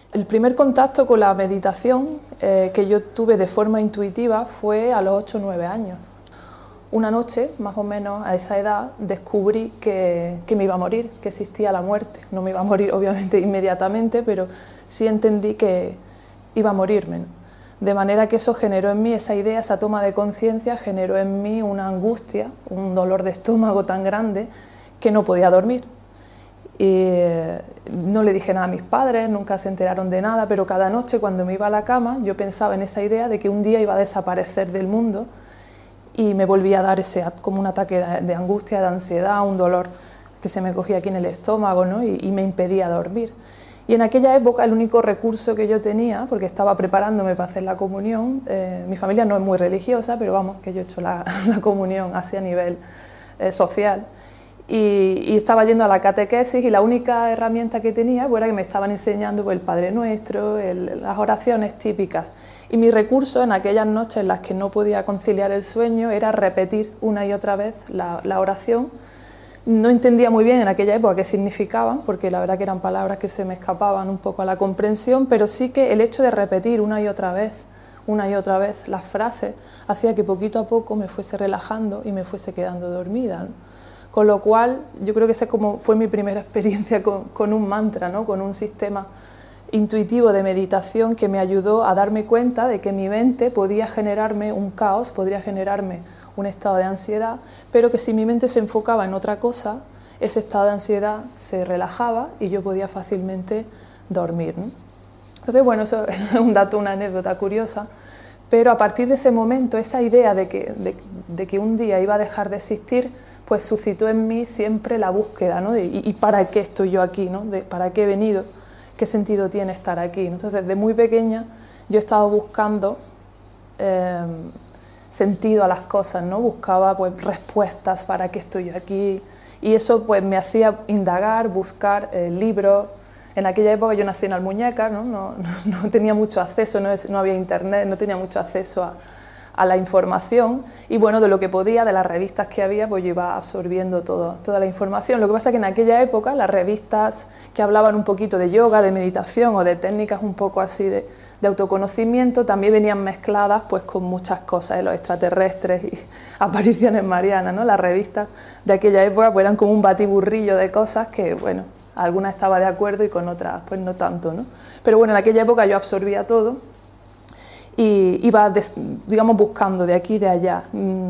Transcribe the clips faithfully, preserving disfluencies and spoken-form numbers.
El primer contacto con la meditación eh, que yo tuve de forma intuitiva fue a los ocho o nueve años. Una noche, más o menos a esa edad, descubrí que, que me iba a morir, que existía la muerte. No me iba a morir obviamente inmediatamente, pero sí entendí que iba a morirme, ¿no? De manera que eso generó en mí, esa idea, esa toma de conciencia, generó en mí una angustia, un dolor de estómago tan grande que no podía dormir. Y no le dije nada a mis padres, nunca se enteraron de nada, pero cada noche cuando me iba a la cama yo pensaba en esa idea de que un día iba a desaparecer del mundo y me volvía a dar ese como un ataque de, de angustia, de ansiedad, un dolor que se me cogía aquí en el estómago, ¿no? y, y me impedía dormir. Y en aquella época el único recurso que yo tenía, porque estaba preparándome para hacer la comunión, eh, mi familia no es muy religiosa, pero vamos, que yo he hecho la, la comunión así a nivel eh, social, y, y estaba yendo a la catequesis y la única herramienta que tenía pues, era que me estaban enseñando pues, el Padre Nuestro, el, las oraciones típicas. Y mi recurso en aquellas noches en las que no podía conciliar el sueño era repetir una y otra vez la, la oración. No entendía muy bien en aquella época qué significaban, porque la verdad que eran palabras que se me escapaban un poco a la comprensión, pero sí que el hecho de repetir una y otra vez, una y otra vez las frases, hacía que poquito a poco me fuese relajando y me fuese quedando dormida, ¿no? Con lo cual, yo creo que esa como fue mi primera experiencia con, con un mantra, ¿no? Con un sistema intuitivo de meditación que me ayudó a darme cuenta de que mi mente podía generarme un caos, podría generarme un estado de ansiedad, pero que si mi mente se enfocaba en otra cosa, ese estado de ansiedad se relajaba y yo podía fácilmente dormir, ¿no? Entonces, bueno, eso es un dato, una anécdota curiosa, pero a partir de ese momento, esa idea de que, de, de que un día iba a dejar de existir, pues suscitó en mí siempre la búsqueda, ¿no? De, y, y ¿para qué estoy yo aquí, ¿no? De, ¿para qué he venido? ¿Qué sentido tiene estar aquí? Entonces, desde muy pequeña yo he estado buscando eh, sentido a las cosas, ¿no? Buscaba pues, respuestas para qué estoy yo aquí, y eso pues, me hacía indagar, buscar eh, libros. En aquella época yo nací en Almuñécar, ¿no? No, no, no tenía mucho acceso, no, es, no había internet, no tenía mucho acceso a, a la información, y bueno, de lo que podía, de las revistas que había, pues yo iba absorbiendo todo, toda la información. Lo que pasa es que en aquella época las revistas que hablaban un poquito de yoga, de meditación o de técnicas un poco así de, de autoconocimiento, también venían mezcladas pues con muchas cosas, de los extraterrestres y apariciones marianas, ¿no? Las revistas de aquella época pues eran como un batiburrillo de cosas que, bueno, algunas estaba de acuerdo y con otras pues no tanto, ¿no? Pero bueno, en aquella época yo absorbía todo y iba, digamos, buscando de aquí y de allá.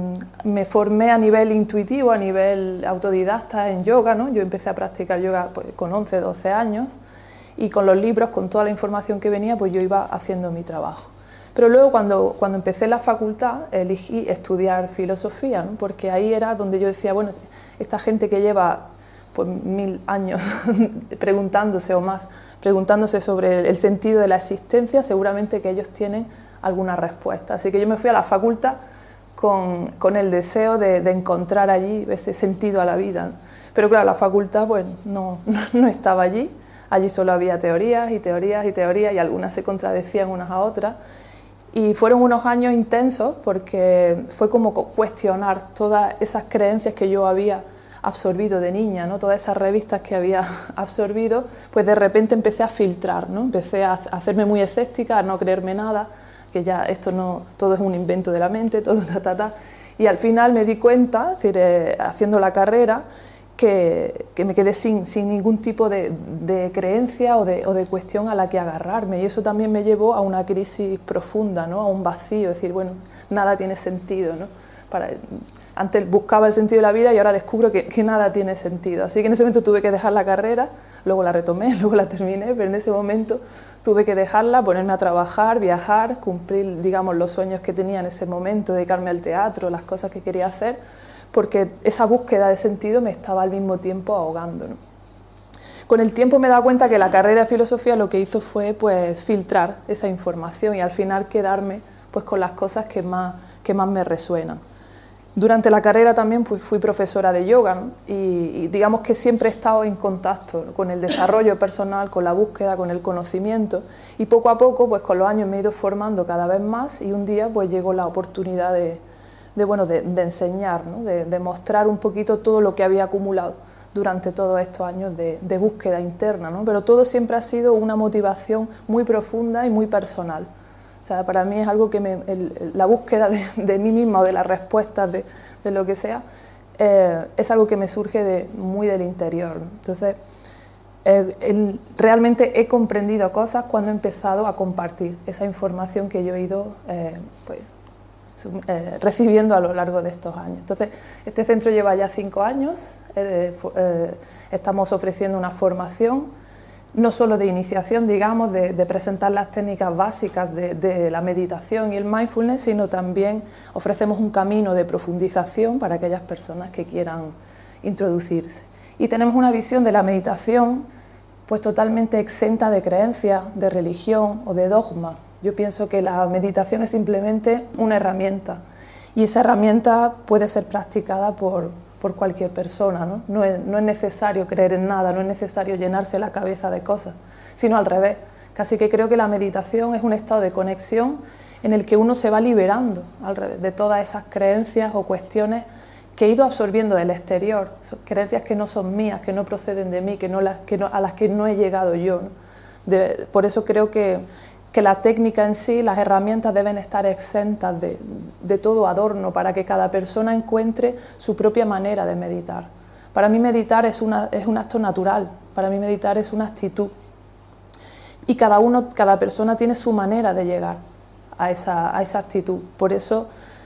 Me formé a nivel intuitivo, a nivel autodidacta en yoga, ¿no? Yo empecé a practicar yoga pues, con once, doce años, y con los libros, con toda la información que venía, pues yo iba haciendo mi trabajo. Pero luego cuando, cuando empecé la facultad elegí estudiar filosofía, ¿no? Porque ahí era donde yo decía, bueno, esta gente que lleva pues, mil años preguntándose o más, preguntándose sobre el sentido de la existencia, seguramente que ellos tienen alguna respuesta. Así que yo me fui a la facultad con, con el deseo de, de encontrar allí ese sentido a la vida. Pero claro, la facultad pues, no, no, no estaba allí, allí solo había teorías y teorías y teorías, y algunas se contradecían unas a otras. Y fueron unos años intensos porque fue como cuestionar todas esas creencias que yo había absorbido de niña, ¿no? Todas esas revistas que había absorbido, pues de repente empecé a filtrar, ¿no? Empecé a hacerme muy escéptica, a no creerme nada, que ya esto no, todo es un invento de la mente, todo ta, ta, ta. Y al final me di cuenta, es decir, eh, haciendo la carrera, que, que me quedé sin, sin ningún tipo de, de creencia o de, o de cuestión a la que agarrarme, y eso también me llevó a una crisis profunda, ¿no? A un vacío, es decir, bueno, nada tiene sentido, ¿no? Para, antes buscaba el sentido de la vida y ahora descubro que, que nada tiene sentido, así que en ese momento tuve que dejar la carrera, luego la retomé, luego la terminé, pero en ese momento tuve que dejarla, ponerme a trabajar, viajar, cumplir, digamos, los sueños que tenía en ese momento, dedicarme al teatro, las cosas que quería hacer, porque esa búsqueda de sentido me estaba al mismo tiempo ahogando, ¿no? Con el tiempo me he dado cuenta que la carrera de filosofía lo que hizo fue pues, filtrar esa información y al final quedarme pues, con las cosas que más, que más me resuenan. Durante la carrera también pues, fui profesora de yoga, ¿no? y, y digamos que siempre he estado en contacto, ¿no? Con el desarrollo personal, con la búsqueda, con el conocimiento, y poco a poco pues, con los años me he ido formando cada vez más, y un día pues, llegó la oportunidad de, de, bueno, de, de enseñar, ¿no? de, de mostrar un poquito todo lo que había acumulado durante todos estos años de, de búsqueda interna, ¿no? Pero todo siempre ha sido una motivación muy profunda y muy personal. O sea, para mí es algo que me, el, la búsqueda de, de mí misma o de las respuestas de, de lo que sea, eh, es algo que me surge de, muy del interior, ¿no? Entonces, eh, el, realmente he comprendido cosas cuando he empezado a compartir esa información que yo he ido eh, pues, eh, recibiendo a lo largo de estos años. Entonces, este centro lleva ya cinco años, eh, eh, estamos ofreciendo una formación no solo de iniciación, digamos, de, de presentar las técnicas básicas de, de la meditación y el mindfulness, sino también ofrecemos un camino de profundización para aquellas personas que quieran introducirse. Y tenemos una visión de la meditación pues totalmente exenta de creencias, de religión o de dogma. Yo pienso que la meditación es simplemente una herramienta y esa herramienta puede ser practicada por por cualquier persona, ¿no? No es, no es necesario creer en nada, no es necesario llenarse la cabeza de cosas, sino al revés. Casi que creo que la meditación es un estado de conexión en el que uno se va liberando al revés, de todas esas creencias o cuestiones que he ido absorbiendo del exterior, son creencias que no son mías, que no proceden de mí, que no las, que no, a las que no he llegado yo, ¿no? De, por eso creo que, que la técnica en sí, las herramientas deben estar exentas de, de todo adorno para que cada persona encuentre su propia manera de meditar. Para mí meditar es, una, es un acto natural, para mí meditar es una actitud y cada uno, cada persona tiene su manera de llegar a esa, a esa actitud. Por eso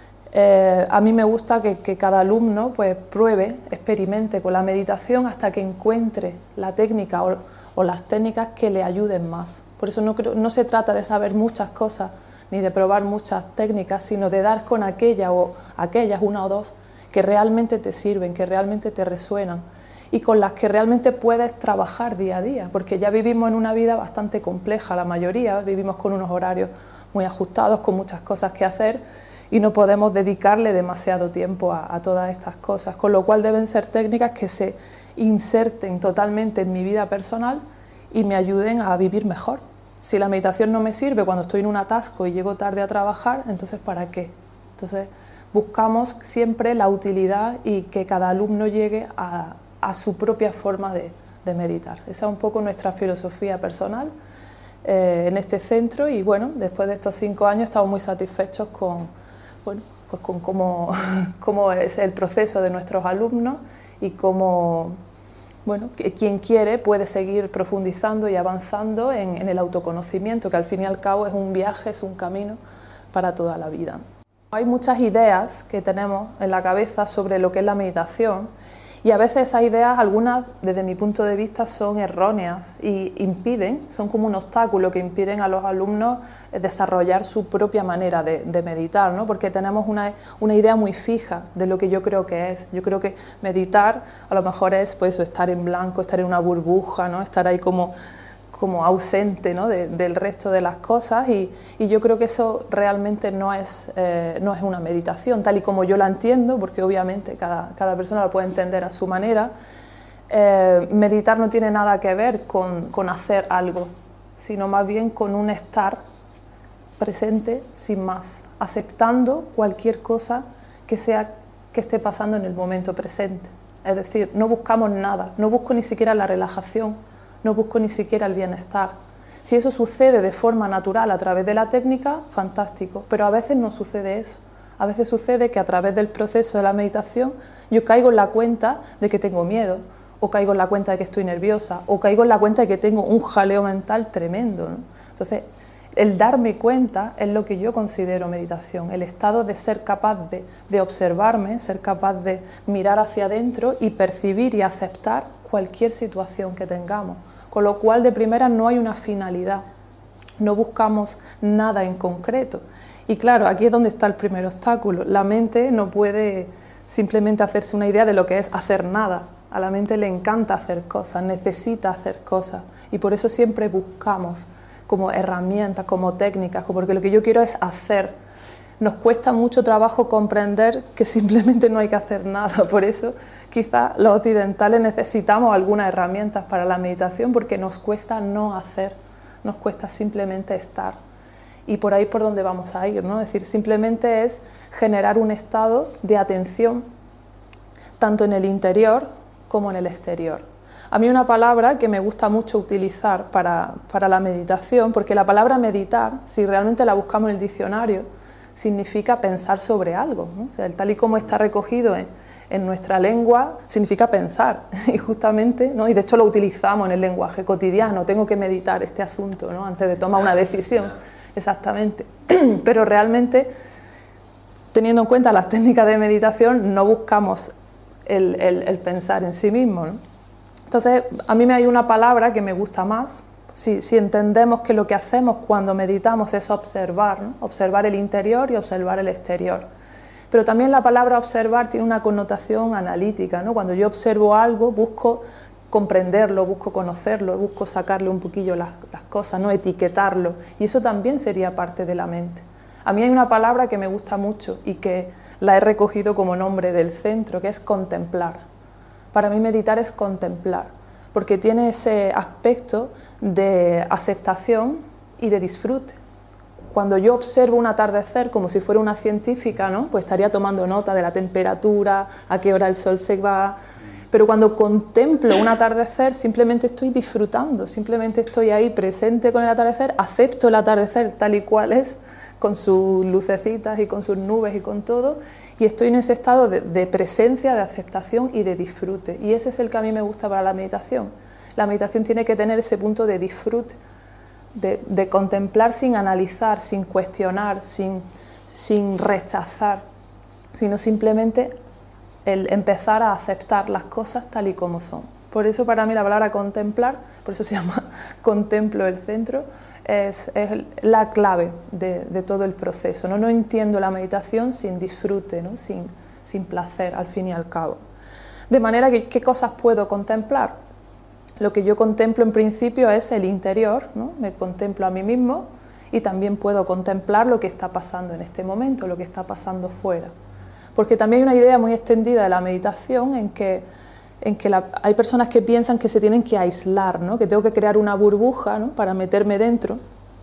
eh, a mí me gusta que, que cada alumno pues, pruebe, experimente con la meditación hasta que encuentre la técnica o, o las técnicas que le ayuden más. Por eso no, creo, no se trata de saber muchas cosas ni de probar muchas técnicas, sino de dar con aquella o aquellas, una o dos, que realmente te sirven, que realmente te resuenan y con las que realmente puedes trabajar día a día, porque ya vivimos en una vida bastante compleja, la mayoría, vivimos con unos horarios muy ajustados, con muchas cosas que hacer y no podemos dedicarle demasiado tiempo a, a todas estas cosas, con lo cual deben ser técnicas que se inserten totalmente en mi vida personal y me ayuden a vivir mejor. Si la meditación no me sirve cuando estoy en un atasco y llego tarde a trabajar, entonces ¿para qué? Entonces buscamos siempre la utilidad y que cada alumno llegue a, a su propia forma de, de meditar. Esa es un poco nuestra filosofía personal eh, en este centro y bueno, después de estos cinco años estamos muy satisfechos con, bueno, pues con cómo, cómo es el proceso de nuestros alumnos y cómo... Bueno, quien quiere puede seguir profundizando y avanzando en, en el autoconocimiento, que al fin y al cabo es un viaje, es un camino para toda la vida. Hay muchas ideas que tenemos en la cabeza sobre lo que es la meditación y a veces esas ideas, algunas desde mi punto de vista son erróneas y impiden, son como un obstáculo que impiden a los alumnos desarrollar su propia manera de, de meditar, ¿no? Porque tenemos una, una idea muy fija de lo que yo creo que es. Yo creo que meditar a lo mejor es pues, estar en blanco, estar en una burbuja, ¿no? Estar ahí como... como ausente, ¿no? de, del resto de las cosas y, y yo creo que eso realmente no es, eh, no es una meditación, tal y como yo la entiendo, porque obviamente cada, cada persona la puede entender a su manera. Eh, meditar no tiene nada que ver con, con hacer algo, sino más bien con un estar presente sin más, aceptando cualquier cosa que, sea, que esté pasando en el momento presente. Es decir, no buscamos nada, no busco ni siquiera la relajación, no busco ni siquiera el bienestar. Si eso sucede de forma natural a través de la técnica, fantástico, pero a veces no sucede eso. A veces sucede que a través del proceso de la meditación yo caigo en la cuenta de que tengo miedo, o caigo en la cuenta de que estoy nerviosa, o caigo en la cuenta de que tengo un jaleo mental tremendo, ¿no? Entonces, el darme cuenta es lo que yo considero meditación, el estado de ser capaz de, de observarme, ser capaz de mirar hacia adentro y percibir y aceptar cualquier situación que tengamos. Con lo cual, de primera, no hay una finalidad, no buscamos nada en concreto. Y claro, aquí es donde está el primer obstáculo. La mente no puede simplemente hacerse una idea de lo que es hacer nada. A la mente le encanta hacer cosas, necesita hacer cosas. Y por eso siempre buscamos como herramientas, como técnicas, porque lo que yo quiero es hacer. Nos cuesta mucho trabajo comprender que simplemente no hay que hacer nada. Por eso quizás los occidentales necesitamos algunas herramientas para la meditación porque nos cuesta no hacer, nos cuesta simplemente estar. Y por ahí por donde vamos a ir, ¿no? Es decir, simplemente es generar un estado de atención tanto en el interior como en el exterior. A mí una palabra que me gusta mucho utilizar para, para la meditación, porque la palabra meditar, si realmente la buscamos en el diccionario, significa pensar sobre algo, ¿no? O sea, tal y como está recogido en, en nuestra lengua, significa pensar, y justamente, ¿no? Y de hecho lo utilizamos en el lenguaje cotidiano, tengo que meditar este asunto, ¿no? Antes de tomar una decisión, exactamente. Pero realmente, teniendo en cuenta las técnicas de meditación, no buscamos el, el, el pensar en sí mismo, ¿no? Entonces, a mí me hay una palabra que me gusta más, si, si entendemos que lo que hacemos cuando meditamos es observar, ¿no? Observar el interior y observar el exterior. Pero también la palabra observar tiene una connotación analítica, ¿no? Cuando yo observo algo, busco comprenderlo, busco conocerlo, busco sacarle un poquillo las, las cosas, ¿no? Etiquetarlo, y eso también sería parte de la mente. A mí hay una palabra que me gusta mucho y que la he recogido como nombre del centro, que es contemplar. Para mí meditar es contemplar, porque tiene ese aspecto de aceptación y de disfrute. Cuando yo observo un atardecer como si fuera una científica, ¿no? Pues estaría tomando nota de la temperatura, a qué hora el sol se va, pero cuando contemplo un atardecer simplemente estoy disfrutando, simplemente estoy ahí presente con el atardecer, acepto el atardecer tal y cual es, con sus lucecitas y con sus nubes y con todo, y estoy en ese estado de, de presencia, de aceptación y de disfrute, y ese es el que a mí me gusta para la meditación. La meditación tiene que tener ese punto de disfrute, de, de contemplar sin analizar, sin cuestionar, sin, sin rechazar, sino simplemente el empezar a aceptar las cosas tal y como son. Por eso para mí la palabra contemplar, por eso se llama Contemplo el Centro, Es, es la clave de, de todo el proceso, ¿no? No entiendo la meditación sin disfrute, ¿no? sin, sin placer, al fin y al cabo. De manera que, ¿qué cosas puedo contemplar? Lo que yo contemplo en principio es el interior, ¿no? Me contemplo a mí mismo y también puedo contemplar lo que está pasando en este momento, lo que está pasando fuera. Porque también hay una idea muy extendida de la meditación en que en que la, hay personas que piensan que se tienen que aislar, ¿no? Que tengo que crear una burbuja, ¿no? Para meterme dentro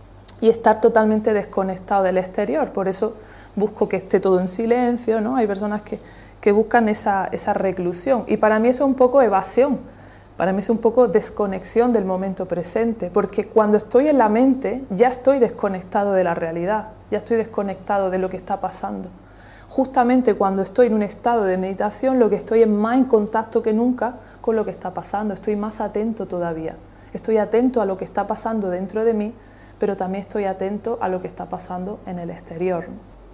y estar totalmente desconectado del exterior. Por eso busco que esté todo en silencio, ¿no? Hay personas que, que buscan esa, esa reclusión, y para mí eso es un poco evasión, para mí es un poco desconexión del momento presente, porque cuando estoy en la mente ya estoy desconectado de la realidad, ya estoy desconectado de lo que está pasando. Justamente cuando estoy en un estado de meditación, lo que estoy es más en contacto que nunca con lo que está pasando, estoy más atento todavía, estoy atento a lo que está pasando dentro de mí, pero también estoy atento a lo que está pasando en el exterior.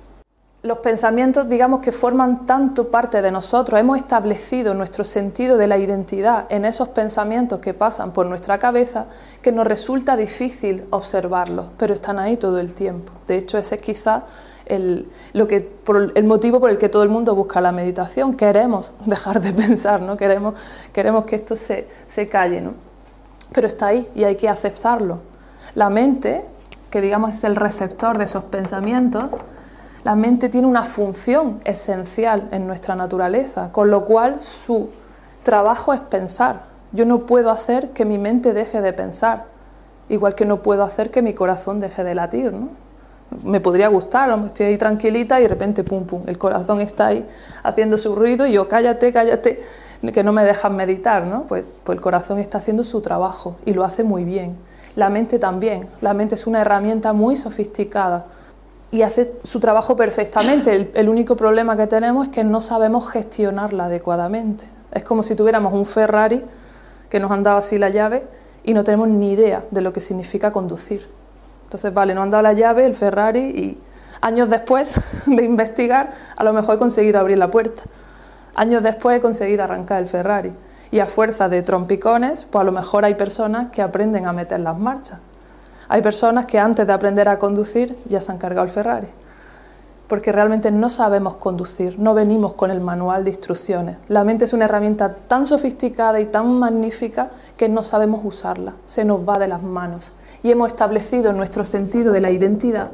Los pensamientos, digamos, que forman tanto parte de nosotros, hemos establecido nuestro sentido de la identidad en esos pensamientos que pasan por nuestra cabeza, que nos resulta difícil observarlos, pero están ahí todo el tiempo. De hecho, ese es quizás El, lo que, por el motivo por el que todo el mundo busca la meditación. Queremos dejar de pensar, ¿no? Queremos, queremos que esto se, se calle, ¿no? Pero está ahí y hay que aceptarlo. La mente, que digamos es el receptor de esos pensamientos, la mente tiene una función esencial en nuestra naturaleza, con lo cual su trabajo es pensar. Yo no puedo hacer que mi mente deje de pensar, igual que no puedo hacer que mi corazón deje de latir, ¿no? Me podría gustar, estoy ahí tranquilita y de repente pum pum, el corazón está ahí haciendo su ruido y yo cállate, cállate, que no me dejas meditar, ¿no? Pues, pues el corazón está haciendo su trabajo y lo hace muy bien. La mente también, la mente es una herramienta muy sofisticada y hace su trabajo perfectamente. El, el único problema que tenemos es que no sabemos gestionarla adecuadamente. Es como si tuviéramos un Ferrari que nos han dado así la llave y no tenemos ni idea de lo que significa conducir. Entonces, vale, nos han dado la llave, el Ferrari, y años después de investigar, a lo mejor he conseguido abrir la puerta. Años después he conseguido arrancar el Ferrari. Y a fuerza de trompicones, pues a lo mejor hay personas que aprenden a meter las marchas. Hay personas que antes de aprender a conducir ya se han cargado el Ferrari. Porque realmente no sabemos conducir, no venimos con el manual de instrucciones. La mente es una herramienta tan sofisticada y tan magnífica que no sabemos usarla, se nos va de las manos. Y hemos establecido nuestro sentido de la identidad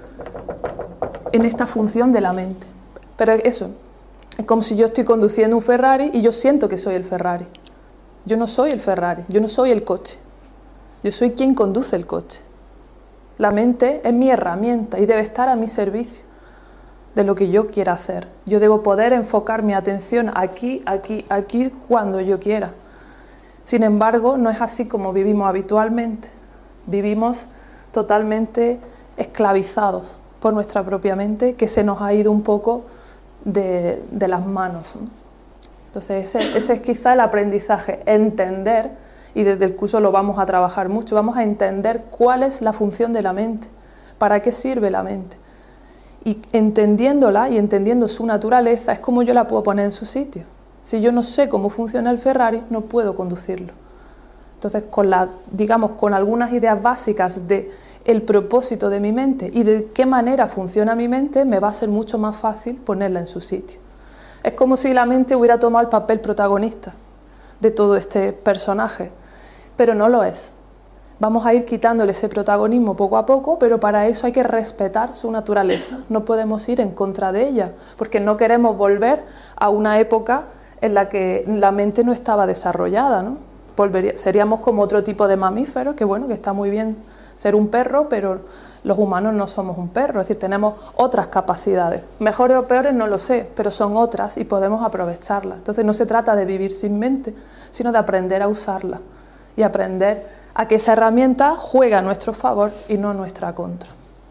en esta función de la mente. Pero eso, es como si yo estoy conduciendo un Ferrari y yo siento que soy el Ferrari. Yo no soy el Ferrari, yo no soy el coche. Yo soy quien conduce el coche. La mente es mi herramienta y debe estar a mi servicio. de lo que yo quiera hacer. Yo debo poder enfocar mi atención aquí, aquí, aquí, cuando yo quiera. Sin embargo, no es así como vivimos habitualmente. Vivimos totalmente esclavizados por nuestra propia mente, que se nos ha ido un poco de, de las manos, ¿no? Entonces ese, ese es quizá el aprendizaje, entender, y desde el curso lo vamos a trabajar mucho, vamos a entender cuál es la función de la mente, para qué sirve la mente. Y entendiéndola y entendiendo su naturaleza es como yo la puedo poner en su sitio. Si yo no sé cómo funciona el Ferrari, no puedo conducirlo. Entonces, con la, digamos, con algunas ideas básicas de el propósito de mi mente y de qué manera funciona mi mente, me va a ser mucho más fácil ponerla en su sitio. Es como si la mente hubiera tomado el papel protagonista de todo este personaje, pero no lo es. Vamos a ir quitándole ese protagonismo poco a poco, pero para eso hay que respetar su naturaleza. No podemos ir en contra de ella, porque no queremos volver a una época en la que la mente no estaba desarrollada, ¿no? Volvería, seríamos como otro tipo de mamíferos, que bueno, que está muy bien ser un perro, pero los humanos no somos un perro, es decir, tenemos otras capacidades. Mejores o peores no lo sé, pero son otras y podemos aprovecharlas. Entonces no se trata de vivir sin mente, sino de aprender a usarla y aprender a que esa herramienta juega a nuestro favor y no a nuestra contra.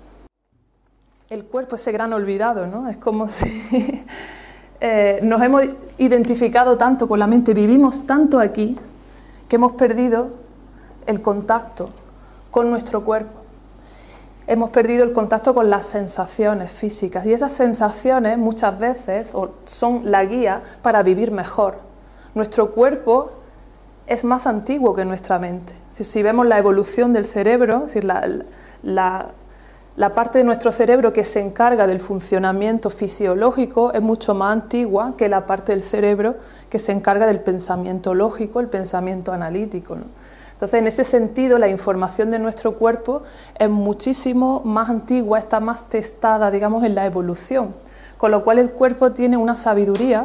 El cuerpo, ese gran olvidado, ¿no? Es como si eh, nos hemos identificado tanto con la mente, vivimos tanto aquí, que hemos perdido el contacto con nuestro cuerpo. Hemos perdido el contacto con las sensaciones físicas y esas sensaciones muchas veces son la guía para vivir mejor. Nuestro cuerpo es más antiguo que nuestra mente. Si vemos la evolución del cerebro, es decir, la, la, la parte de nuestro cerebro que se encarga del funcionamiento fisiológico es mucho más antigua que la parte del cerebro que se encarga del pensamiento lógico, el pensamiento analítico, ¿no? Entonces, en ese sentido, la información de nuestro cuerpo es muchísimo más antigua, está más testada, digamos, en la evolución, con lo cual el cuerpo tiene una sabiduría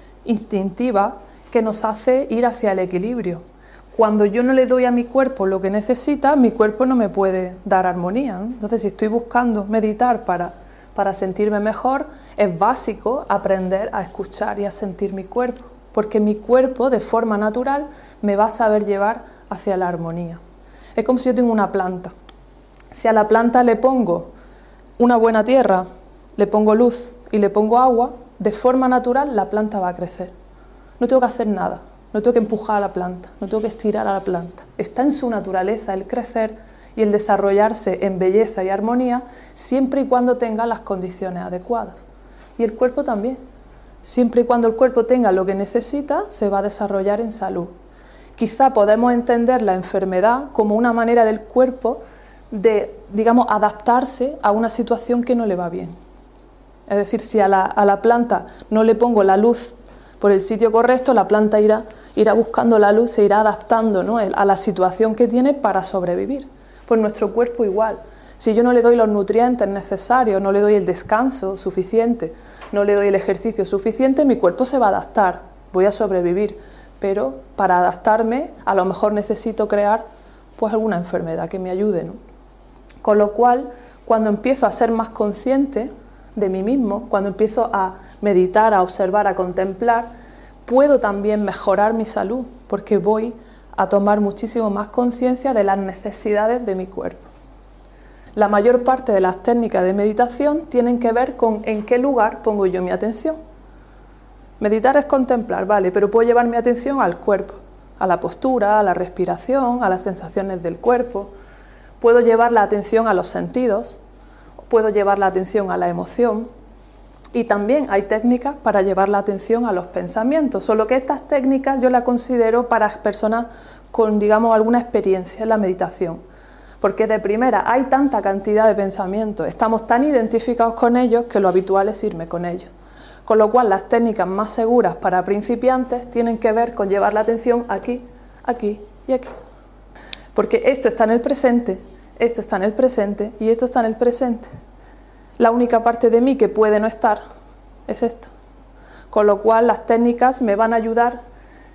instintiva que nos hace ir hacia el equilibrio. Cuando yo no le doy a mi cuerpo lo que necesita, mi cuerpo no me puede dar armonía, ¿no? Entonces, si estoy buscando meditar para, para sentirme mejor, es básico aprender a escuchar y a sentir mi cuerpo, porque mi cuerpo, de forma natural, me va a saber llevar hacia la armonía. Es como si yo tengo una planta. Si a la planta le pongo una buena tierra, le pongo luz y le pongo agua, de forma natural la planta va a crecer. No tengo que hacer nada, no tengo que empujar a la planta, no tengo que estirar a la planta. Está en su naturaleza el crecer y el desarrollarse en belleza y armonía siempre y cuando tenga las condiciones adecuadas. Y el cuerpo también. Siempre y cuando el cuerpo tenga lo que necesita, se va a desarrollar en salud. Quizá podemos entender la enfermedad como una manera del cuerpo de, digamos, adaptarse a una situación que no le va bien. Es decir, si a la, a la planta no le pongo la luz por el sitio correcto, la planta irá, irá buscando la luz, se irá adaptando, ¿no?, a la situación que tiene para sobrevivir. Pues nuestro cuerpo igual. Si yo no le doy los nutrientes necesarios, no le doy el descanso suficiente, no le doy el ejercicio suficiente, mi cuerpo se va a adaptar, voy a sobrevivir. Pero para adaptarme a lo mejor necesito crear pues alguna enfermedad que me ayude, ¿no? Con lo cual, cuando empiezo a ser más consciente de mí mismo, cuando empiezo a meditar, a observar, a contemplar, puedo también mejorar mi salud, porque voy a tomar muchísimo más conciencia de las necesidades de mi cuerpo. La mayor parte de las técnicas de meditación tienen que ver con en qué lugar pongo yo mi atención. Meditar es contemplar, vale, pero puedo llevar mi atención al cuerpo, a la postura, a la respiración, a las sensaciones del cuerpo. Puedo llevar la atención a los sentidos, puedo llevar la atención a la emoción. Y también hay técnicas para llevar la atención a los pensamientos, solo que estas técnicas yo las considero para personas con, digamos, alguna experiencia en la meditación. Porque de primera hay tanta cantidad de pensamientos, estamos tan identificados con ellos que lo habitual es irme con ellos. Con lo cual las técnicas más seguras para principiantes tienen que ver con llevar la atención aquí, aquí y aquí. Porque esto está en el presente, esto está en el presente y esto está en el presente. La única parte de mí que puede no estar es esto. Con lo cual las técnicas me van a ayudar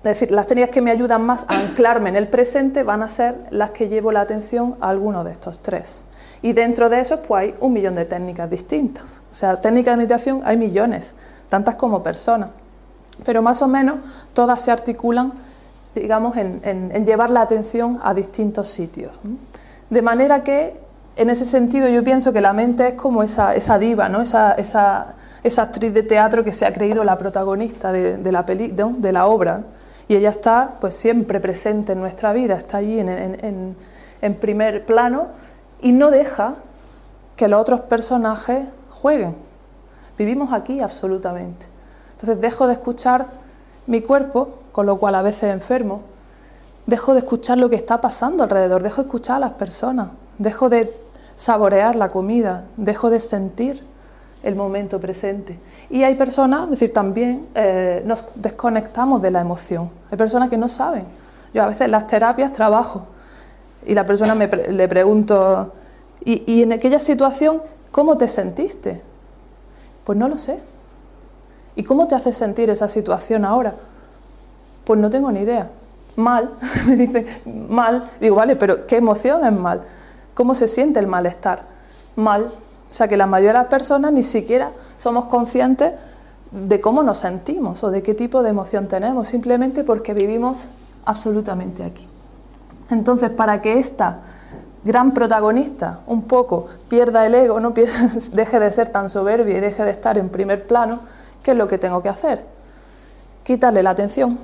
Es decir, las técnicas que me ayudan más a anclarme en el presente van a ser las que llevo la atención a alguno de estos tres. Y dentro de esos pues hay un millón de técnicas distintas. O sea, técnicas de meditación hay millones, tantas como personas. Pero más o menos todas se articulan, digamos, en, en, en llevar la atención a distintos sitios. De manera que, en ese sentido, yo pienso que la mente es como esa, esa diva, ¿no? esa, esa, esa actriz de teatro que se ha creído la protagonista de, de, la, peli, de, de la obra. Y ella está pues siempre presente en nuestra vida, está allí en, en, en, en primer plano y no deja que los otros personajes jueguen. Vivimos aquí absolutamente. Entonces dejo de escuchar mi cuerpo, con lo cual a veces enfermo, dejo de escuchar lo que está pasando alrededor, dejo de escuchar a las personas, dejo de saborear la comida, dejo de sentir el momento presente. Y hay personas, es decir, también eh, nos desconectamos de la emoción. Hay personas que no saben. Yo a veces en las terapias trabajo y la persona me pre le pregunto, ¿y, y en aquella situación cómo te sentiste? Pues no lo sé. ¿Y cómo te hace sentir esa situación ahora? Pues no tengo ni idea. Mal, me dicen, mal. Digo, vale, pero ¿qué emoción es mal? ¿Cómo se siente el malestar? Mal. O sea que la mayoría de las personas ni siquiera somos conscientes de cómo nos sentimos o de qué tipo de emoción tenemos, simplemente porque vivimos absolutamente aquí. Entonces, para que esta gran protagonista un poco pierda el ego, no pierda, deje de ser tan soberbia y deje de estar en primer plano, ¿qué es lo que tengo que hacer? Quitarle la atención.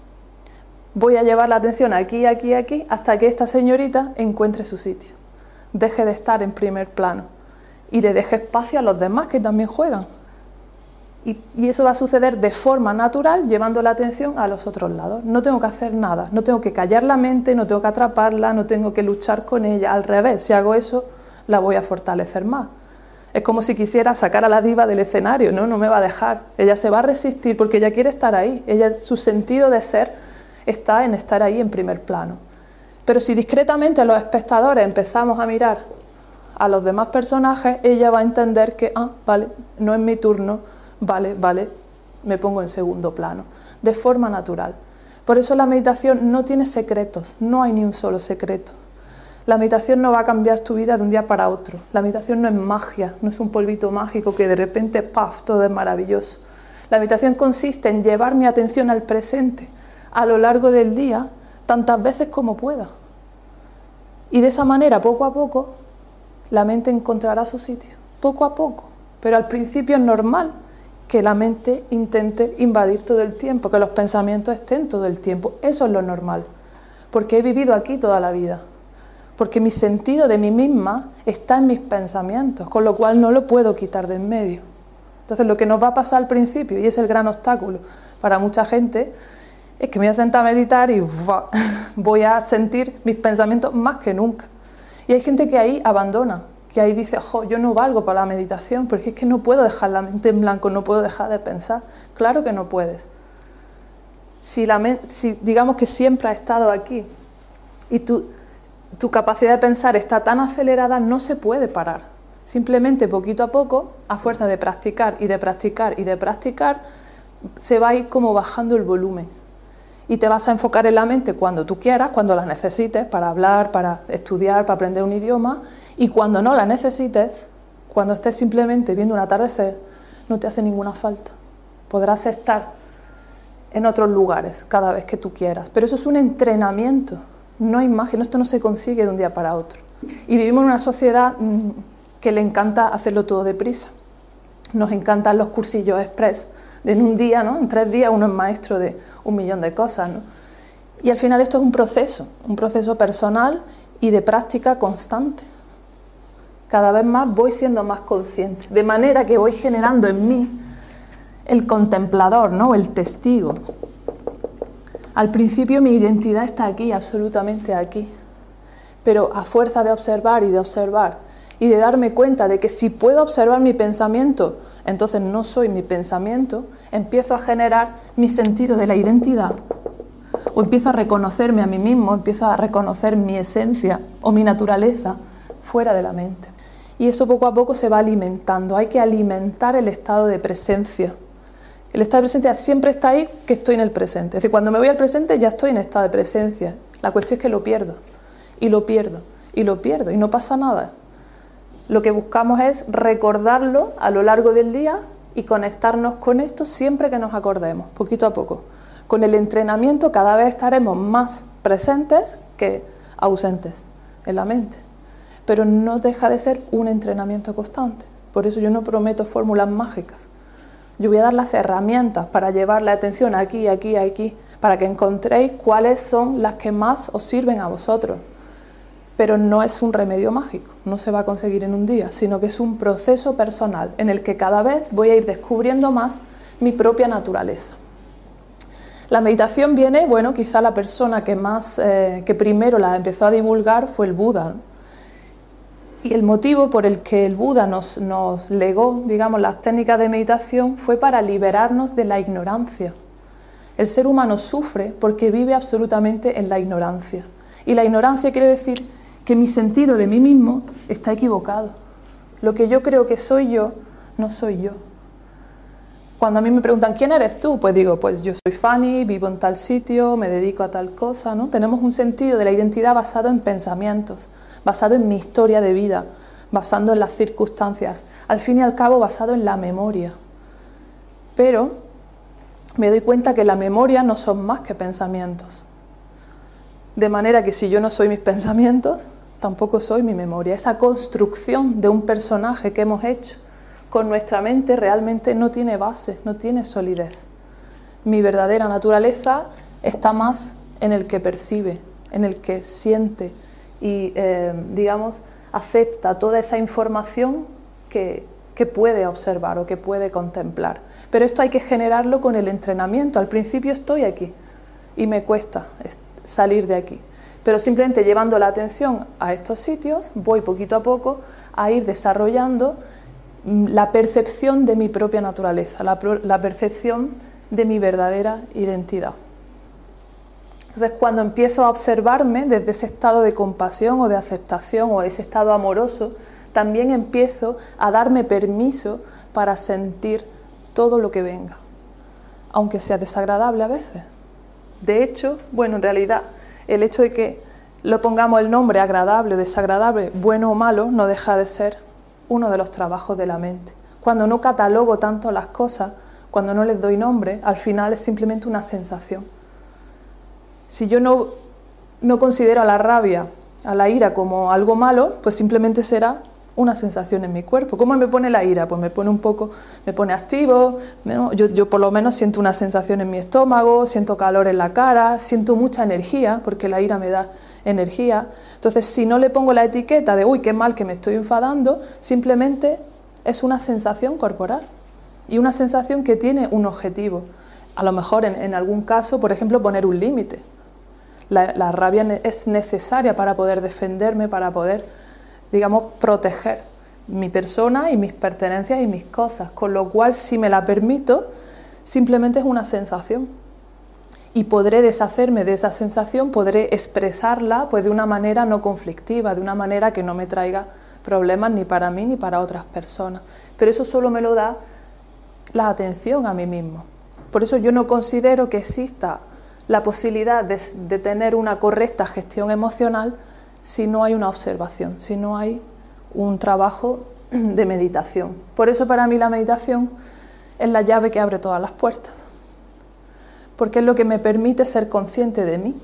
Voy a llevar la atención aquí, aquí, aquí, hasta que esta señorita encuentre su sitio. Deje de estar en primer plano. Y le deje espacio a los demás que también juegan. Y, y eso va a suceder de forma natural, llevando la atención a los otros lados. No tengo que hacer nada, no tengo que callar la mente, no tengo que atraparla, no tengo que luchar con ella. Al revés, si hago eso, la voy a fortalecer más. Es como si quisiera sacar a la diva del escenario, no, no me va a dejar. Ella se va a resistir porque ella quiere estar ahí. Ella, su sentido de ser está en estar ahí en primer plano. Pero si discretamente los espectadores empezamos a mirar a los demás personajes, ella va a entender que, ah, vale, no es mi turno, vale, vale, me pongo en segundo plano, de forma natural. Por eso la meditación no tiene secretos, no hay ni un solo secreto. La meditación no va a cambiar tu vida de un día para otro. La meditación no es magia, no es un polvito mágico que de repente, ¡paf!, todo es maravilloso. La meditación consiste en llevar mi atención al presente a lo largo del día, tantas veces como pueda. Y de esa manera, poco a poco, la mente encontrará su sitio, poco a poco. Pero al principio es normal que la mente intente invadir todo el tiempo, que los pensamientos estén todo el tiempo. Eso es lo normal, porque he vivido aquí toda la vida, porque mi sentido de mí misma está en mis pensamientos, con lo cual no lo puedo quitar de en medio. Entonces lo que nos va a pasar al principio, y es el gran obstáculo para mucha gente, es que me voy a sentar a meditar y voy a sentir mis pensamientos más que nunca. Y hay gente que ahí abandona, que ahí dice, jo, yo no valgo para la meditación, porque es que no puedo dejar la mente en blanco, no puedo dejar de pensar. Claro que no puedes. Si, la si digamos que siempre has estado aquí y tu, tu capacidad de pensar está tan acelerada, no se puede parar. Simplemente poquito a poco, a fuerza de practicar y de practicar y de practicar, se va a ir como bajando el volumen. Y te vas a enfocar en la mente cuando tú quieras, cuando la necesites, para hablar, para estudiar, para aprender un idioma, y cuando no la necesites, cuando estés simplemente viendo un atardecer, no te hace ninguna falta. Podrás estar en otros lugares cada vez que tú quieras, pero eso es un entrenamiento, no hay magia, esto no se consigue de un día para otro. Y vivimos en una sociedad mmm, que le encanta hacerlo todo deprisa. Nos encantan los cursillos express, de en un día, ¿no? En tres días uno es maestro de un millón de cosas, ¿no? Y al final esto es un proceso, un proceso personal y de práctica constante. Cada vez más voy siendo más consciente, de manera que voy generando en mí el contemplador, ¿no? El testigo. Al principio mi identidad está aquí, absolutamente aquí, pero a fuerza de observar y de observar y de darme cuenta de que si puedo observar mi pensamiento, entonces no soy mi pensamiento, empiezo a generar mi sentido de la identidad, o empiezo a reconocerme a mí mismo, empiezo a reconocer mi esencia o mi naturaleza fuera de la mente. Y eso poco a poco se va alimentando, hay que alimentar el estado de presencia, El estado de presencia siempre está ahí, que estoy en el presente. Es decir, cuando me voy al presente ya estoy en estado de presencia. La cuestión es que lo pierdo, y lo pierdo, y lo pierdo, y no pasa nada. Lo que buscamos es recordarlo a lo largo del día y conectarnos con esto siempre que nos acordemos, poquito a poco. Con el entrenamiento cada vez estaremos más presentes que ausentes en la mente. Pero no deja de ser un entrenamiento constante. Por eso yo no prometo fórmulas mágicas. Yo voy a dar las herramientas para llevar la atención aquí, aquí, aquí, para que encontréis cuáles son las que más os sirven a vosotros. Pero no es un remedio mágico, no se va a conseguir en un día, sino que es un proceso personal en el que cada vez voy a ir descubriendo más mi propia naturaleza. La meditación viene, bueno, quizá la persona que, más, eh, que primero la empezó a divulgar fue el Buda, ¿no? Y el motivo por el que el Buda nos, nos legó, digamos, las técnicas de meditación fue para liberarnos de la ignorancia. El ser humano sufre porque vive absolutamente en la ignorancia. Y la ignorancia quiere decir que mi sentido de mí mismo está equivocado. Lo que yo creo que soy yo, no soy yo. Cuando a mí me preguntan, ¿quién eres tú? Pues digo, pues yo soy Fanny, vivo en tal sitio, me dedico a tal cosa, ¿no? Tenemos un sentido de la identidad basado en pensamientos, basado en mi historia de vida, basado en las circunstancias, al fin y al cabo basado en la memoria. Pero me doy cuenta que la memoria no son más que pensamientos. De manera que si yo no soy mis pensamientos, tampoco soy mi memoria. Esa construcción de un personaje que hemos hecho con nuestra mente realmente no tiene base, no tiene solidez. Mi verdadera naturaleza está más en el que percibe, en el que siente y, eh, digamos, acepta toda esa información que, que puede observar o que puede contemplar. Pero esto hay que generarlo con el entrenamiento. Al principio estoy aquí y me cuesta salir de aquí. Pero simplemente llevando la atención a estos sitios, voy poquito a poco a ir desarrollando la percepción de mi propia naturaleza, la, la percepción de mi verdadera identidad. Entonces, cuando empiezo a observarme desde ese estado de compasión o de aceptación o ese estado amoroso, también empiezo a darme permiso para sentir todo lo que venga, aunque sea desagradable a veces. De hecho, bueno, en realidad, el hecho de que lo pongamos el nombre agradable o desagradable, bueno o malo, no deja de ser uno de los trabajos de la mente. Cuando no catalogo tanto las cosas, cuando no les doy nombre, al final es simplemente una sensación. Si yo no, no considero a la rabia, a la ira como algo malo, pues simplemente será una sensación en mi cuerpo. ¿Cómo me pone la ira? Pues me pone un poco, me pone activo, ¿no? yo, yo por lo menos siento una sensación en mi estómago, siento calor en la cara, siento mucha energía, porque la ira me da energía. Entonces, si no le pongo la etiqueta de uy, qué mal que me estoy enfadando, simplemente es una sensación corporal y una sensación que tiene un objetivo. A lo mejor en, en algún caso, por ejemplo, poner un límite. La, la rabia es necesaria para poder defenderme, para poder, digamos, proteger mi persona y mis pertenencias y mis cosas, con lo cual, si me la permito, simplemente es una sensación. Y podré deshacerme de esa sensación, podré expresarla pues, de una manera no conflictiva, de una manera que no me traiga problemas ni para mí ni para otras personas. Pero eso solo me lo da la atención a mí mismo. Por eso yo no considero que exista la posibilidad de, de tener una correcta gestión emocional si no hay una observación, si no hay un trabajo de meditación. Por eso para mí la meditación es la llave que abre todas las puertas, porque es lo que me permite ser consciente de mí.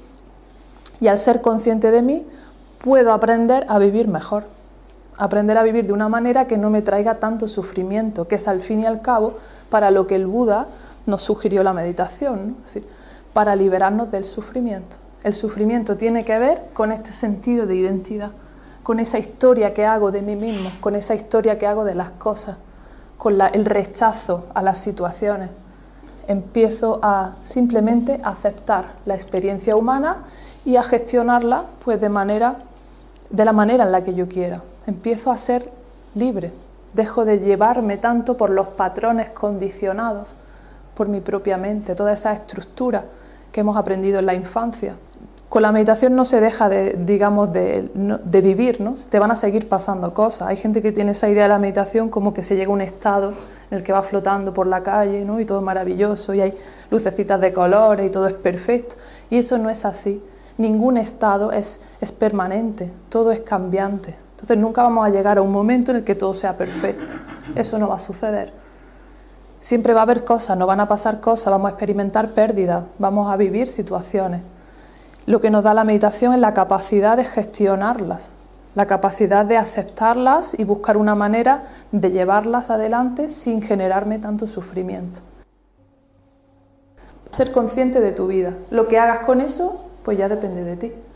Y al ser consciente de mí, puedo aprender a vivir mejor, aprender a vivir de una manera que no me traiga tanto sufrimiento, que es al fin y al cabo para lo que el Buda nos sugirió la meditación, ¿no? Es decir, para liberarnos del sufrimiento. El sufrimiento tiene que ver con este sentido de identidad, con esa historia que hago de mí mismo, con esa historia que hago de las cosas, con la, el rechazo a las situaciones. Empiezo a simplemente aceptar la experiencia humana y a gestionarla pues, de, manera, de la manera en la que yo quiera. Empiezo a ser libre, dejo de llevarme tanto por los patrones condicionados por mi propia mente, toda esa estructura que hemos aprendido en la infancia. Con la meditación no se deja de, digamos, de, de vivir, ¿no? Te van a seguir pasando cosas. Hay gente que tiene esa idea de la meditación como que se llega a un estado en el que vas flotando por la calle, ¿no? Y todo maravilloso, y hay lucecitas de colores y todo es perfecto. Y eso no es así. Ningún estado es, es permanente, todo es cambiante. Entonces nunca vamos a llegar a un momento en el que todo sea perfecto. Eso no va a suceder. Siempre va a haber cosas, nos van a pasar cosas, vamos a experimentar pérdidas, vamos a vivir situaciones. Lo que nos da la meditación es la capacidad de gestionarlas, la capacidad de aceptarlas y buscar una manera de llevarlas adelante sin generarme tanto sufrimiento. Ser consciente de tu vida. Lo que hagas con eso, pues ya depende de ti.